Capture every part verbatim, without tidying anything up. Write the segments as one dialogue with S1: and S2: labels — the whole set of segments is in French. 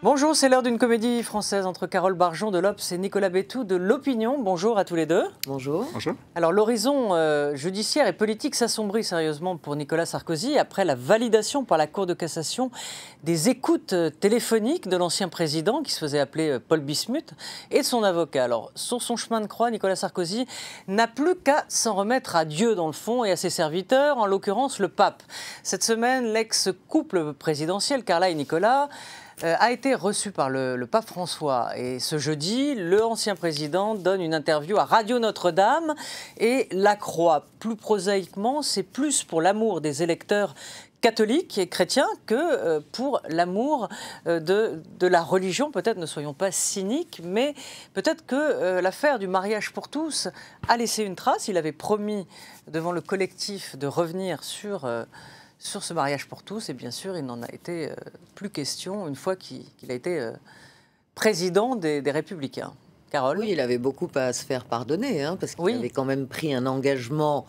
S1: Bonjour, c'est l'heure d'une comédie française entre Carole Barjon de l'Obs et Nicolas Béthou de l'Opinion. Bonjour à tous les deux.
S2: Bonjour.
S3: Bonjour.
S1: Alors l'horizon euh, judiciaire et politique s'assombrit sérieusement pour Nicolas Sarkozy après la validation par la Cour de cassation des écoutes téléphoniques de l'ancien président qui se faisait appeler Paul Bismuth et de son avocat. Alors sur son chemin de croix, Nicolas Sarkozy n'a plus qu'à s'en remettre à Dieu dans le fond et à ses serviteurs, en l'occurrence le pape. Cette semaine, l'ex-couple présidentiel, Carla et Nicolas, Euh, a été reçu par le, le pape François. Et ce jeudi, le ancien président donne une interview à Radio Notre-Dame et la croix. Plus prosaïquement, c'est plus pour l'amour des électeurs catholiques et chrétiens que euh, pour l'amour euh, de, de la religion. Peut-être ne soyons pas cyniques, mais peut-être que euh, l'affaire du mariage pour tous a laissé une trace. Il avait promis devant le collectif de revenir sur... Euh, Sur ce mariage pour tous, et bien sûr, il n'en a été euh, plus question une fois qu'il qu'il a été euh, président des, des Républicains. Carole ?
S2: Oui, il avait beaucoup à se faire pardonner, hein, parce qu'il
S1: Oui.
S2: avait quand même pris un engagement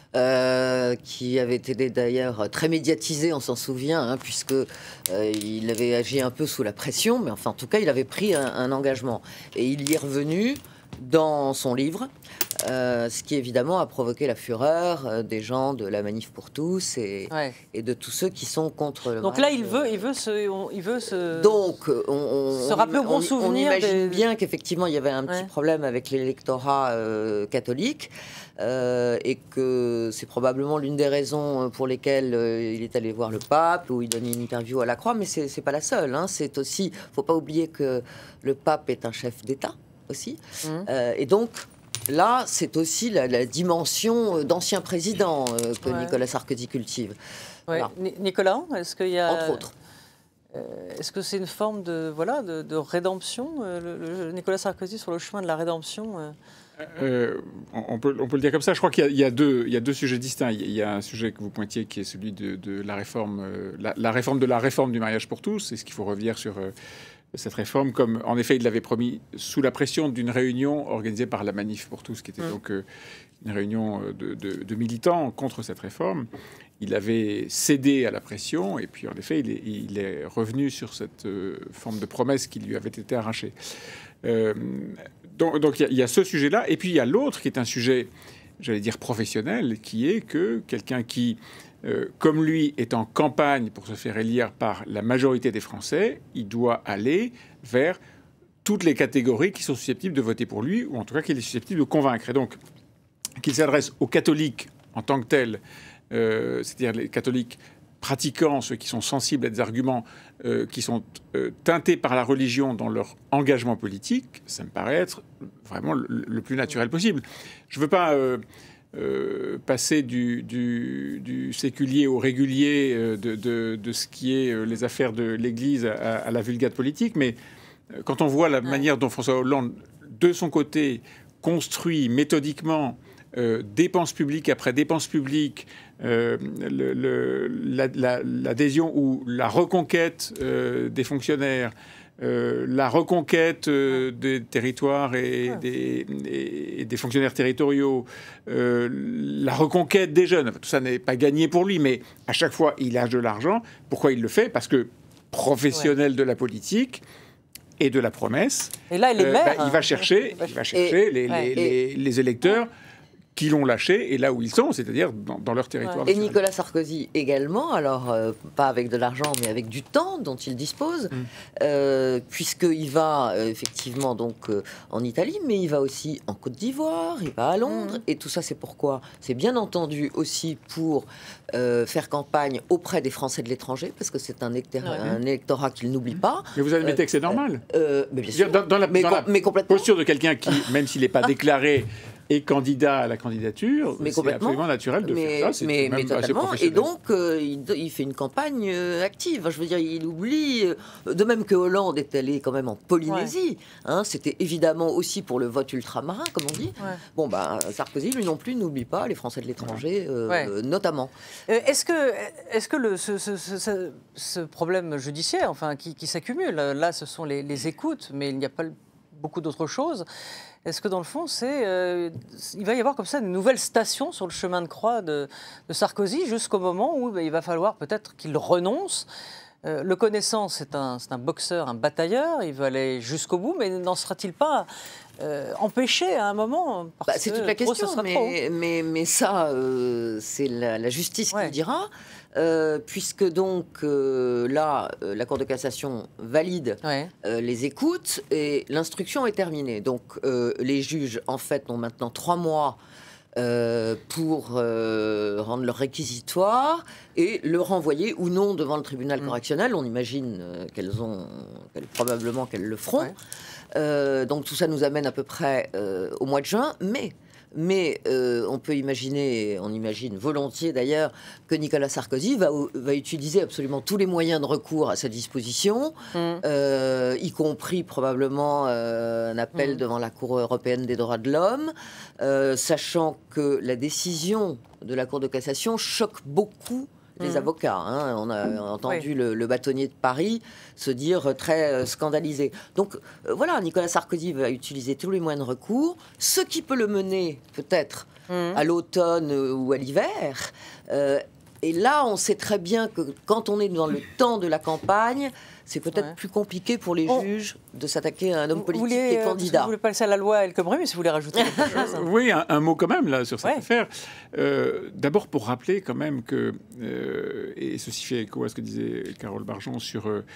S2: euh, qui avait été d'ailleurs très médiatisé, on s'en souvient, hein, puisque euh, il avait agi un peu sous la pression, mais enfin, en tout cas, il avait pris un, un engagement. Et il y est revenu dans son livre, euh, ce qui évidemment a provoqué la fureur euh, des gens de la Manif pour tous et,
S1: Ouais.
S2: et de tous ceux qui sont contre le
S1: Donc
S2: mariage.
S1: là, il veut, il veut se... on- il veut se...
S2: Donc, on, on,
S1: Se rappeler au bon
S2: on-
S1: souvenir
S2: on imagine
S1: des-
S2: bien qu'effectivement, il y avait un petit
S1: Ouais.
S2: problème avec l'électorat euh, catholique euh, et que c'est probablement l'une des raisons pour lesquelles euh, il est allé voir le pape, où il donne une interview à la Croix, mais c'est c'est pas la seule. Hein. C'est aussi, faut pas oublier que le pape est un chef d'État aussi.
S1: Mmh.
S2: Euh, et donc, là, c'est aussi la, la dimension d'ancien président euh, que
S1: Ouais.
S2: Nicolas Sarkozy cultive.
S1: Ouais.
S2: Voilà.
S1: Ni- Nicolas, est-ce qu'il y a...
S2: Entre autres.
S1: Euh, Est-ce que c'est une forme de, voilà, de, de rédemption, euh, le, le- Nicolas Sarkozy sur le chemin de la rédemption euh
S3: Euh, on, on peut, on peut le dire comme ça. Je crois qu'il y a- il y, a deux- il y a deux sujets distincts. Il y a un sujet que vous pointiez qui est celui de, de la réforme, euh, la, la réforme de la réforme du mariage pour tous. Est-ce qu'il faut revenir sur euh, cette réforme, comme en effet il l'avait promis sous la pression d'une réunion organisée par la Manif pour tous, qui était
S1: Mmh.
S3: donc euh, une réunion de, de- de militants contre cette réforme. Il avait cédé à la pression et puis en effet il est, il est revenu sur cette euh, forme de promesse qui lui avait été arrachée. Euh, donc donc il y a- il y, a ce sujet-là et puis il y a l'autre qui est un sujet, j'allais dire professionnel, qui est que quelqu'un qui, euh, comme lui, est en campagne pour se faire élire par la majorité des Français, il doit aller vers toutes les catégories qui sont susceptibles de voter pour lui, ou en tout cas qu'il est susceptible de convaincre. Et donc, qu'il s'adresse aux catholiques en tant que tels, euh, c'est-à-dire les catholiques pratiquants, ceux qui sont sensibles à des arguments euh, qui sont euh, teintés par la religion dans leur engagement politique, ça me paraît être vraiment le, le plus naturel possible. Je ne veux pas euh, euh, passer du, du, du séculier au régulier euh, de, de, de ce qui est euh, les affaires de l'Église à, à la vulgate politique, mais euh, quand on voit la
S1: Ouais.
S3: manière dont François Hollande, de son côté, construit méthodiquement Euh, dépenses publiques après dépenses publiques, euh, le- le- la- la- l'adhésion ou la reconquête euh, des fonctionnaires, euh, la reconquête euh, des territoires et,
S1: Ouais.
S3: des, et- et des fonctionnaires territoriaux, euh, la reconquête des jeunes. Enfin, tout ça n'est pas gagné pour lui, mais à chaque fois, il lâche de l'argent. Pourquoi il le fait? Parce que professionnel de la politique et de la promesse,
S1: Et là, il est
S3: euh,
S1: maire.
S3: bah, il va chercher, il va chercher les,
S1: ouais.
S3: les- les- les électeurs qui l'ont lâché et là où ils sont, c'est-à-dire dans, dans leur territoire.
S1: Ouais.
S2: Et Nicolas Sarkozy également, alors euh, pas avec de l'argent, mais avec du temps dont il dispose,
S3: Mm.
S2: euh, puisqu'il va euh, effectivement donc euh, en Italie, mais il va aussi en Côte d'Ivoire, il va à Londres,
S1: Mm.
S2: et tout ça c'est pourquoi? C'est bien entendu aussi pour euh, faire campagne auprès des Français de l'étranger, parce que c'est un, électeur-
S1: Ouais.
S2: un électorat qu'il n'oublie pas.
S3: Mais vous admettez que c'est normal.
S2: Euh, mais bien
S3: Je veux
S2: sûr,
S3: dire, dans, dans la,
S2: mais,
S3: dans
S2: com-
S3: la
S2: mais complètement.
S3: posture de quelqu'un qui, même s'il n'est pas déclaré, est candidat à la candidature,
S2: Mais
S3: c'est
S2: complètement.
S3: absolument naturel de
S2: mais,
S3: faire ça. C'est
S2: mais,
S3: même
S2: mais
S3: assez
S2: totalement. Et
S3: professionnel.
S2: donc, euh, il, il fait une campagne euh, active. Je veux dire, il oublie. euh, de même que Hollande est allé quand même en Polynésie. Hein, c'était évidemment aussi pour le vote ultramarin, comme on dit.
S1: Ouais.
S2: Bon, bah, Sarkozy, lui non plus, n'oublie pas les Français de l'étranger, euh,
S1: Ouais.
S2: euh, notamment.
S1: Euh, Est-ce que, est-ce que le, ce, ce- ce- ce- ce problème judiciaire, enfin, qui, qui s'accumule, là, ce sont les, les écoutes, mais il n'y a pas le- beaucoup d'autres choses. Est-ce que dans le fond, c'est, euh, il va y avoir comme ça une nouvelle station sur le chemin de croix de, de Sarkozy jusqu'au moment où ben, il va falloir peut-être qu'il renonce Euh, le connaissant, c'est un, c'est un boxeur, un batailleur, il veut aller jusqu'au bout, mais n'en sera-t-il pas euh, empêché à un moment parce
S2: bah, C'est toute la
S1: trop,
S2: question, mais, mais, mais ça, euh, c'est la, la justice
S1: ouais.
S2: qui dira. Euh, puisque donc euh, là, euh, la Cour de cassation valide
S1: ouais.
S2: euh, les écoutes et l'instruction est terminée. Donc euh, les juges, en fait, ont maintenant trois mois euh, pour euh, rendre leur réquisitoire et le renvoyer ou non devant le tribunal mmh. correctionnel. On imagine euh, qu'elles ont, qu'elles, probablement qu'elles le feront. Ouais. Euh, donc tout ça nous amène à peu près euh, au mois de juin, mais... Mais euh, on peut imaginer, on imagine volontiers d'ailleurs, que Nicolas Sarkozy va, va utiliser absolument tous les moyens de recours à sa disposition, mmh. euh, y compris probablement euh, un appel mmh. devant la Cour européenne des droits de l'homme, euh, sachant que la décision de la Cour de cassation choque beaucoup les mmh. avocats. Hein. On a entendu oui. le, le bâtonnier de Paris se dire très euh, scandalisé. Donc euh, voilà, Nicolas Sarkozy va utiliser tous les moyens de recours, ce qui peut le mener peut-être mmh. à l'automne euh, ou à l'hiver. Euh, et là, on sait très bien que quand on est dans le temps de la campagne, c'est peut-être ouais. plus compliqué pour les on... juges de s'attaquer à un homme politique
S1: voulez,
S2: qui est candidat.
S1: Vous ne voulez pas laisser à la loi El Khomri, mais si vous voulez rajouter quelque chose.
S3: Hein. Oui, un, un mot quand même là sur cette ouais. affaire. Euh, D'abord pour rappeler quand même que, euh, et ceci fait écho à ce que disait Carole Barjon sur euh,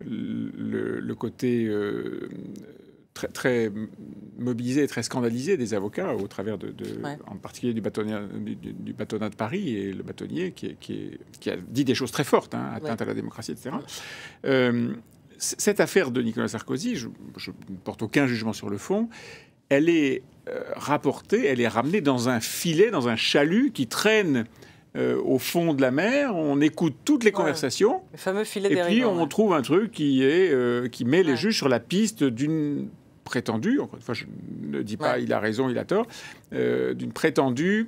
S3: le, le côté euh, très, très mobilisé et très scandalisé des avocats au travers de, de ouais. en particulier du bâtonnier, du, du bâtonnat de Paris et le bâtonnier qui, est, qui, est, qui a dit des choses très fortes, hein, atteinte ouais. à la démocratie, et cetera. Ouais. Euh, cette affaire de Nicolas Sarkozy, je, je ne porte aucun jugement sur le fond, elle est euh, rapportée, elle est ramenée dans un filet, dans un chalut qui traîne euh, au fond de la mer. On écoute toutes les ouais. conversations.
S1: Le fameux filet
S3: et
S1: dérivant,
S3: puis on
S1: ouais.
S3: trouve un truc qui, est, euh, qui met ouais. les juges sur la piste d'une prétendue, encore une fois je ne dis pas ouais. il a raison, il a tort, euh, d'une prétendue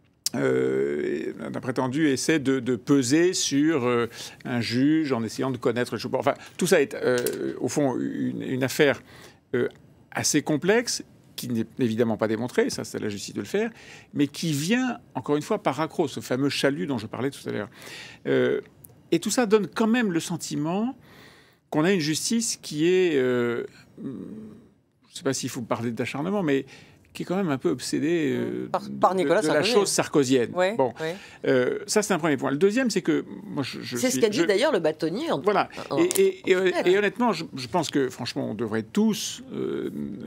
S3: Euh, un prétendu essaie de, de peser sur euh, un juge en essayant de connaître le choses. Enfin, tout ça est, euh, au fond, une, une affaire euh, assez complexe, qui n'est évidemment pas démontrée, ça c'est à la justice de le faire, mais qui vient, encore une fois, par accroc, ce fameux chalut dont je parlais tout à l'heure. Euh, et tout ça donne quand même le sentiment qu'on a une justice qui est... Euh, je ne sais pas s'il faut parler d'acharnement, mais... qui est quand même un peu obsédé euh,
S1: par, par Nicolas
S3: de, de la chose sarkozienne.
S1: Ouais,
S3: bon,
S1: ouais.
S3: Euh, ça c'est un premier point. Le deuxième, c'est que moi, je, je
S2: c'est
S3: suis,
S2: ce qu'a dit
S3: je,
S2: d'ailleurs le bâtonnier. En
S3: voilà.
S2: En,
S3: et, et, et, et honnêtement, je, je pense que franchement, on devrait tous. Euh,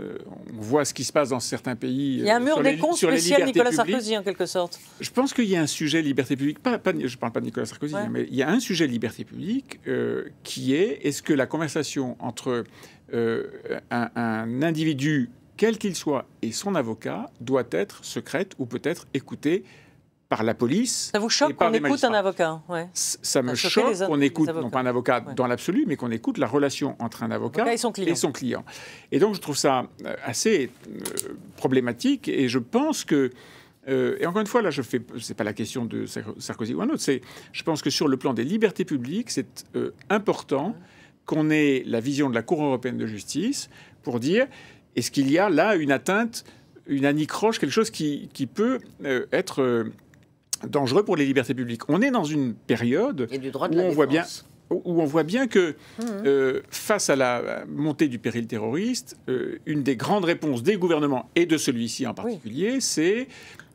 S3: on voit ce qui se passe dans certains pays.
S1: Il y a un mur des cons spécial Nicolas
S3: publiques.
S1: Sarkozy en quelque sorte.
S3: Je pense qu'il y a un sujet liberté publique. Pas, pas, je ne parle pas de Nicolas Sarkozy, ouais. mais il y a un sujet liberté publique euh, qui est est-ce que la conversation entre euh, un, un individu quel qu'il soit, et son avocat, doit être secrète ou peut-être écoutée par la police.
S1: Ça vous choque qu'on écoute un avocat ouais.
S3: Ça me ça choque qu'on écoute, non pas un avocat ouais. dans l'absolu, mais qu'on écoute la relation entre un avocat, avocat et, son et son client. Et donc, je trouve ça assez euh, problématique, et je pense que Euh, et encore une fois, là, je fais, c'est pas la question de Sarkozy ou un autre. C'est, je pense que sur le plan des libertés publiques, c'est euh, important qu'on ait la vision de la Cour européenne de justice pour dire est-ce qu'il y a là une atteinte, une anicroche, quelque chose qui, qui peut euh, être euh, dangereux pour les libertés publiques. On est dans une période
S2: et du droit de
S3: où
S2: la
S3: on voit bien.
S2: Où
S3: on voit bien que, mmh. euh, face à la montée du péril terroriste, euh, une des grandes réponses des gouvernements, et de celui-ci en particulier, oui. c'est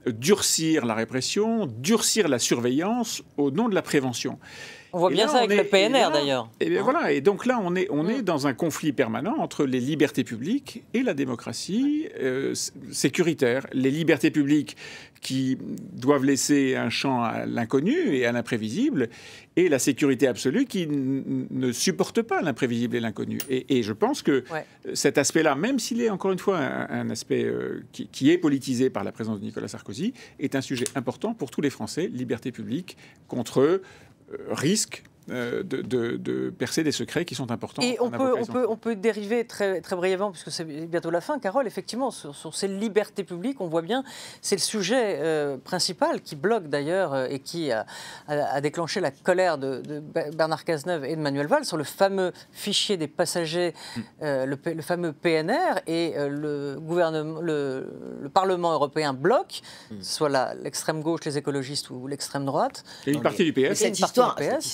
S3: durcir la répression, durcir la surveillance au nom de la prévention.
S1: On voit et bien là, ça avec est, le P N R, d'ailleurs.
S3: Et, bien, hein voilà, et donc là, on est, on mmh. est dans un conflit permanent entre les libertés publiques et la démocratie euh, sécuritaire. Les libertés publiques qui doivent laisser un champ à l'inconnu et à l'imprévisible, et la sécurité absolue qui ne supporte pas l'imprévisible et l'inconnu. Et, et je pense que ouais. cet aspect-là, même s'il est encore une fois un, un aspect euh, qui, qui est politisé par la présence de Nicolas Sarkozy, est un sujet important pour tous les Français. Liberté publique contre euh, risque euh, de, de, de percer des secrets qui sont importants.
S1: Et on peut, on, peut, on peut dériver très, très brièvement, puisque c'est bientôt la fin, Carole, effectivement, sur, sur ces libertés publiques, on voit bien, c'est le sujet euh, principal qui bloque d'ailleurs euh, et qui a, a, a déclenché la colère de, de Bernard Cazeneuve et de Manuel Valls sur le fameux fichier des passagers, mmh. euh, le, le fameux P N R, et euh, le, gouvernement, le, le Parlement européen bloque, mmh. soit l'extrême gauche, les écologistes ou l'extrême droite.
S3: Et une partie du P S.
S2: Cette histoire, cette histoire est dingue.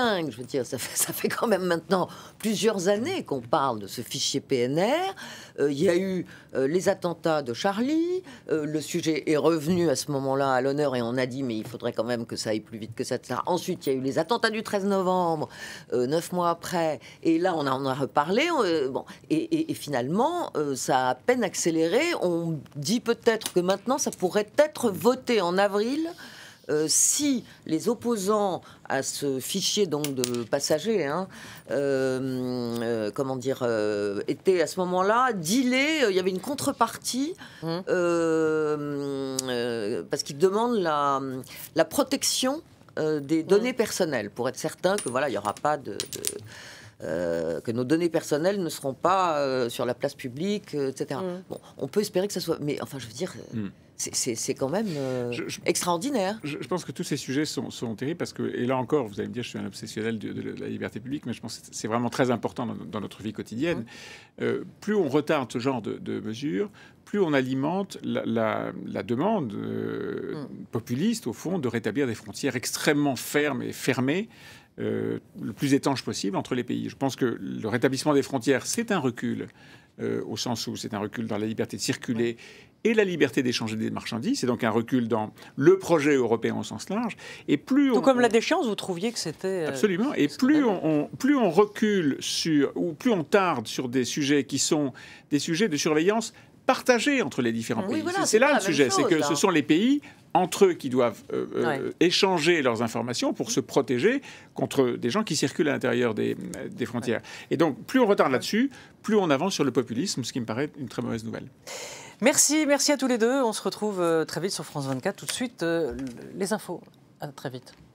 S2: dingue. Je veux dire, ça fait, ça fait quand même maintenant plusieurs années qu'on parle de ce fichier P N R. Euh, il y a eu euh, les attentats de Charlie. Euh, le sujet est revenu à ce moment-là à l'honneur et on a dit, mais il faudrait quand même que ça aille plus vite que ça. et cetera. Ensuite, il y a eu les attentats du treize novembre, euh, neuf mois après. Et là, on en a reparlé. Euh, bon, et, et, et finalement, euh, ça a à peine accéléré. On dit peut-être que maintenant, ça pourrait être voté en avril. Euh, si les opposants à ce fichier donc de passagers, hein, euh, euh, comment dire, euh, étaient à ce moment-là dealés, euh, il y avait une contrepartie mmh. euh, euh, parce qu'ils demandent la, la protection euh, des données mmh. personnelles pour être certain que voilà, il n'y aura pas de, de Euh, que nos données personnelles ne seront pas euh, sur la place publique, euh, et cetera. Mmh. Bon, on peut espérer que ça soit... Mais enfin, je veux dire, mmh. c'est quand même euh, je, je, extraordinaire.
S3: Je, je pense que tous ces sujets sont, sont terribles parce que, et là encore, vous allez me dire, je suis un obsessionnel de, de, de la liberté publique, mais je pense que c'est vraiment très important dans, dans notre vie quotidienne. Mmh. Euh, plus on retarde ce genre de, de mesures, plus on alimente la, la, la demande euh, mmh. populiste, au fond, de rétablir des frontières extrêmement fermes et fermées, Euh, le plus étanche possible entre les pays. Je pense que le rétablissement des frontières, c'est un recul, euh, au sens où c'est un recul dans la liberté de circuler et la liberté d'échanger des marchandises. C'est donc un recul dans le projet européen au sens large. Et plus
S1: Tout
S3: on,
S1: comme la déchéance, vous trouviez que c'était... Euh,
S3: absolument. Et plus on, on, plus on recule sur, ou plus on tarde sur des sujets qui sont des sujets de surveillance partagés entre les différents oui, pays. Voilà, c'est là le sujet, c'est que là. Ce sont les pays entre eux qui doivent euh, ouais. euh, échanger leurs informations pour se protéger contre des gens qui circulent à l'intérieur des, des frontières. Ouais. Et donc, plus on retarde là-dessus, plus on avance sur le populisme, ce qui me paraît une très mauvaise nouvelle.
S1: Merci, merci à tous les deux. On se retrouve euh, très vite sur France vingt-quatre. Tout de suite, euh, les infos. À très vite.